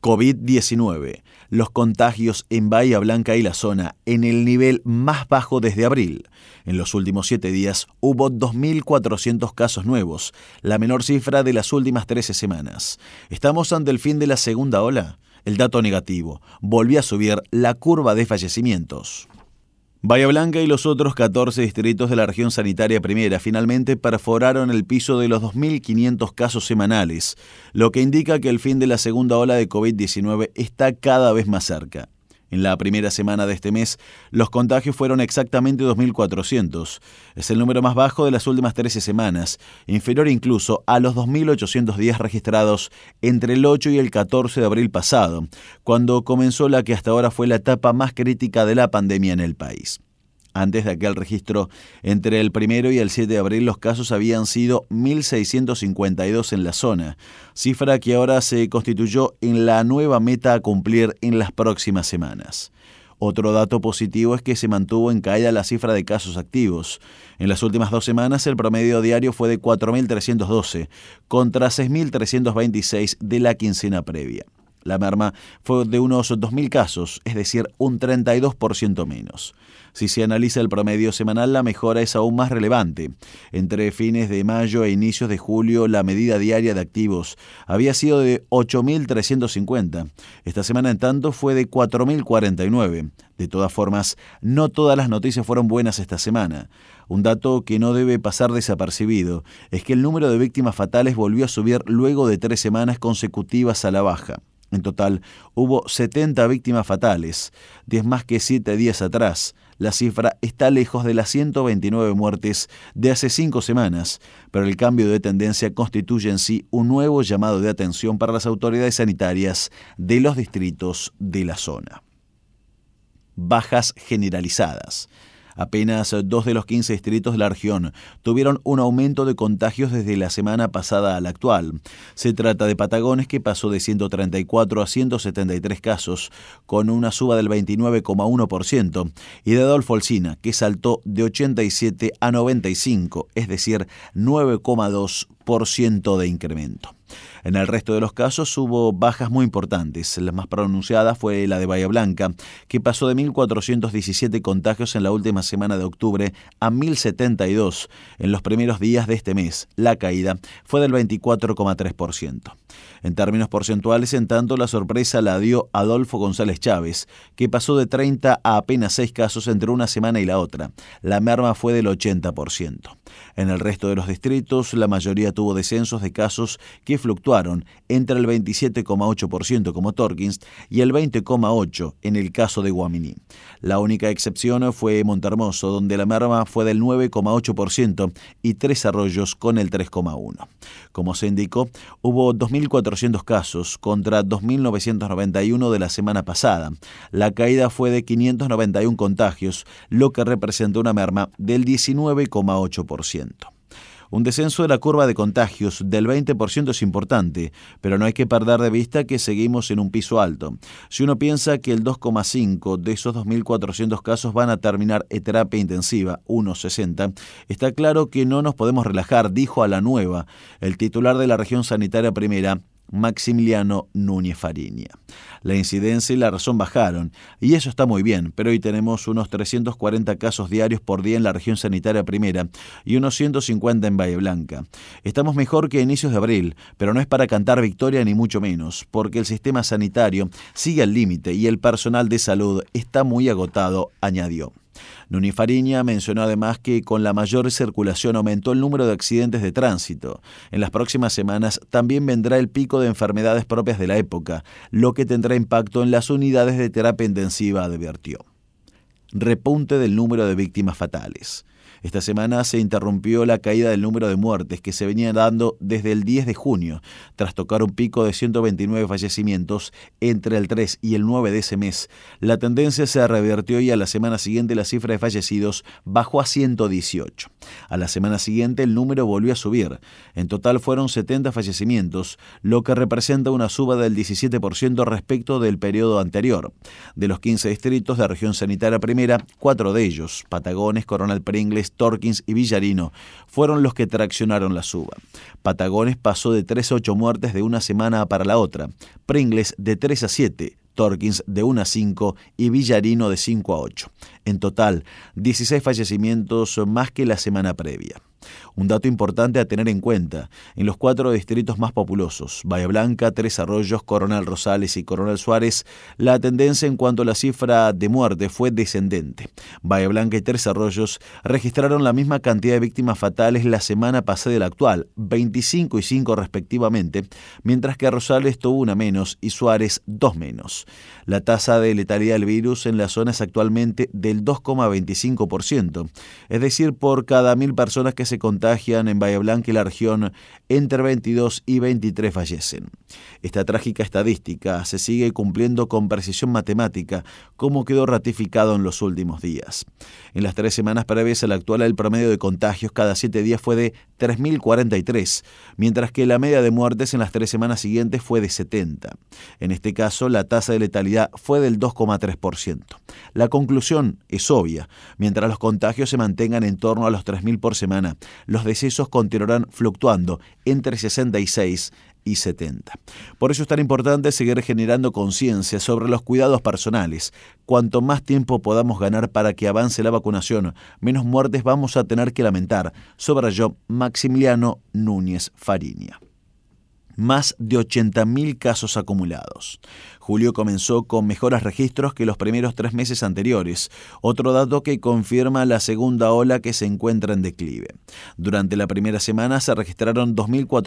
COVID-19. Los contagios en Bahía Blanca y la zona en el nivel más bajo desde abril. En los últimos 7 días hubo 2.400 casos nuevos, la menor cifra de las últimas 13 semanas. ¿Estamos ante el fin de la segunda ola? El dato negativo. Volvió a subir la curva de fallecimientos. Bahía Blanca y los otros 14 distritos de la región sanitaria primera finalmente perforaron el piso de los 2.500 casos semanales, lo que indica que el fin de la segunda ola de COVID-19 está cada vez más cerca. En la primera semana de este mes, los contagios fueron exactamente 2.400. Es el número más bajo de las últimas 13 semanas, inferior incluso a los 2.810 registrados entre el 8 y el 14 de abril pasado, cuando comenzó la que hasta ahora fue la etapa más crítica de la pandemia en el país. Antes de aquel registro, entre el 1 y el 7 de abril los casos habían sido 1.652 en la zona, cifra que ahora se constituyó en la nueva meta a cumplir en las próximas semanas. Otro dato positivo es que se mantuvo en caída la cifra de casos activos. En las últimas 2 semanas el promedio diario fue de 4.312, contra 6.326 de la quincena previa. La merma fue de unos 2.000 casos, es decir, un 32% menos. Si se analiza el promedio semanal, la mejora es aún más relevante. Entre fines de mayo e inicios de julio, la medida diaria de activos había sido de 8.350. Esta semana, en tanto, fue de 4.049. De todas formas, no todas las noticias fueron buenas esta semana. Un dato que no debe pasar desapercibido es que el número de víctimas fatales volvió a subir luego de 3 semanas consecutivas a la baja. En total, hubo 70 víctimas fatales, 10 más que 7 días atrás. La cifra está lejos de las 129 muertes de hace 5 semanas, pero el cambio de tendencia constituye en sí un nuevo llamado de atención para las autoridades sanitarias de los distritos de la zona. Bajas generalizadas. Apenas 2 de los 15 distritos de la región tuvieron un aumento de contagios desde la semana pasada a la actual. Se trata de Patagones, que pasó de 134 a 173 casos, con una suba del 29,1%, y de Adolfo Olcina, que saltó de 87 a 95, es decir, 9,2% de incremento. En el resto de los casos hubo bajas muy importantes. La más pronunciada fue la de Bahía Blanca, que pasó de 1.417 contagios en la última semana de octubre a 1.072 en los primeros días de este mes. La caída fue del 24,3%. En términos porcentuales, en tanto, la sorpresa la dio Adolfo González Chávez, que pasó de 30 a apenas 6 casos entre una semana y la otra. La merma fue del 80%. En el resto de los distritos, la mayoría tuvo descensos de casos que fluctuaron entre el 27,8% como Torkins y el 20,8% en el caso de Guaminí. La única excepción fue Montehermoso, donde la merma fue del 9,8% y Tres Arroyos con el 3,1%. Como se indicó, hubo 2.400 casos contra 2.991 de la semana pasada. La caída fue de 591 contagios, lo que representa una merma del 19,8%. Un descenso de la curva de contagios del 20% es importante, pero no hay que perder de vista que seguimos en un piso alto. Si uno piensa que el 2,5% de esos 2.400 casos van a terminar en terapia intensiva, unos 60, está claro que no nos podemos relajar, dijo a La Nueva el titular de la región sanitaria primera, Maximiliano Núñez Fariña. La incidencia y la razón bajaron, y eso está muy bien, pero hoy tenemos unos 340 casos diarios por día en la región sanitaria primera y unos 150 en Bahía Blanca. Estamos mejor que a inicios de abril, pero no es para cantar victoria ni mucho menos, porque el sistema sanitario sigue al límite y el personal de salud está muy agotado, añadió. Núñez Fariña mencionó además que con la mayor circulación aumentó el número de accidentes de tránsito. En las próximas semanas también vendrá el pico de enfermedades propias de la época, lo que tendrá impacto en las unidades de terapia intensiva, advirtió. Repunte del número de víctimas fatales. Esta semana se interrumpió la caída del número de muertes que se venía dando desde el 10 de junio, tras tocar un pico de 129 fallecimientos entre el 3 y el 9 de ese mes. La tendencia se revirtió y a la semana siguiente la cifra de fallecidos bajó a 118. A la semana siguiente el número volvió a subir. En total fueron 70 fallecimientos, lo que representa una suba del 17% respecto del periodo anterior. De los 15 distritos de región sanitaria primera, 4 de ellos, Patagones, Coronel Pringles, Torkins y Villarino fueron los que traccionaron la suba. Patagones pasó de 3 a 8 muertes de una semana para la otra, Pringles de 3 a 7, Torkins de 1 a 5 y Villarino de 5 a 8. En total, 16 fallecimientos más que la semana previa. Un dato importante a tener en cuenta: en los 4 distritos más populosos, Bahía Blanca, Tres Arroyos, Coronel Rosales y Coronel Suárez, la tendencia en cuanto a la cifra de muerte fue descendente. Bahía Blanca y Tres Arroyos registraron la misma cantidad de víctimas fatales la semana pasada de la actual, 25 y 5 respectivamente, mientras que Rosales tuvo una menos y Suárez 2 menos. La tasa de letalidad del virus en la zona es actualmente del 2,25%, es decir, por cada 1.000 personas que se contagian en Bahía Blanca y la región, entre 22 y 23 fallecen. Esta trágica estadística se sigue cumpliendo con precisión matemática, como quedó ratificado en los últimos días. En las 3 semanas previas a la actual, el promedio de contagios cada 7 días fue de 3.043, mientras que la media de muertes en las 3 semanas siguientes fue de 70. En este caso, la tasa de letalidad fue del 2,3%. La conclusión es obvia: mientras los contagios se mantengan en torno a los 3.000 por semana, los decesos continuarán fluctuando entre 66 y 70. Por eso es tan importante seguir generando conciencia sobre los cuidados personales. Cuanto más tiempo podamos ganar para que avance la vacunación, menos muertes vamos a tener que lamentar, subrayó Maximiliano Núñez Fariña. Más de 80.000 casos acumulados. Julio comenzó con mejores registros que los primeros 3 meses anteriores, otro dato que confirma la segunda ola que se encuentra en declive. Durante la primera semana se registraron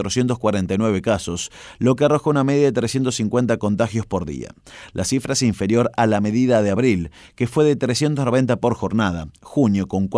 2.449 casos, lo que arroja una media de 350 contagios por día. La cifra es inferior a la medida de abril, que fue de 390 por jornada, junio con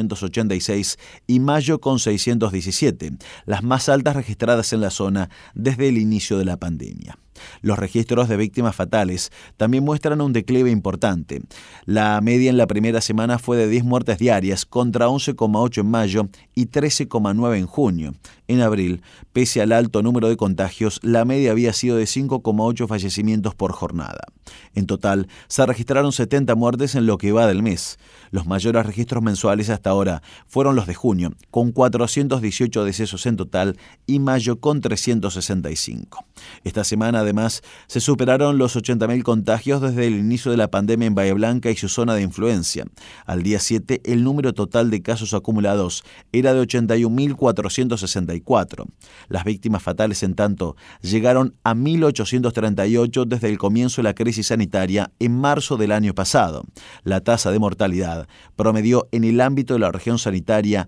486 y mayo con 617, las más altas registradas en la zona desde el inicio de la pandemia. Los registros de víctimas fatales también muestran un declive importante. La media en la primera semana fue de 10 muertes diarias contra 11,8 en mayo y 13,9 en junio. En abril, pese al alto número de contagios, la media había sido de 5,8 fallecimientos por jornada. En total, se registraron 70 muertes en lo que va del mes. Los mayores registros mensuales hasta ahora fueron los de junio, con 418 decesos en total, y mayo con 365. Esta semana, además, se superaron los 80.000 contagios desde el inicio de la pandemia en Bahía Blanca y su zona de influencia. Al día 7, el número total de casos acumulados era de 81.464. Las víctimas fatales, en tanto, llegaron a 1.838 desde el comienzo de la crisis sanitaria en marzo del año pasado. La tasa de mortalidad promedió en el ámbito de la región sanitaria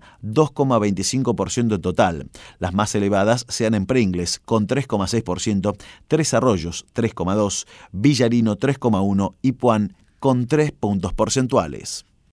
2,25% en total. Las más elevadas se dan en Pringles, con 3,6%, Tres Arroyos 3,2%, Villarino 3,1% y Puan con 3 puntos porcentuales.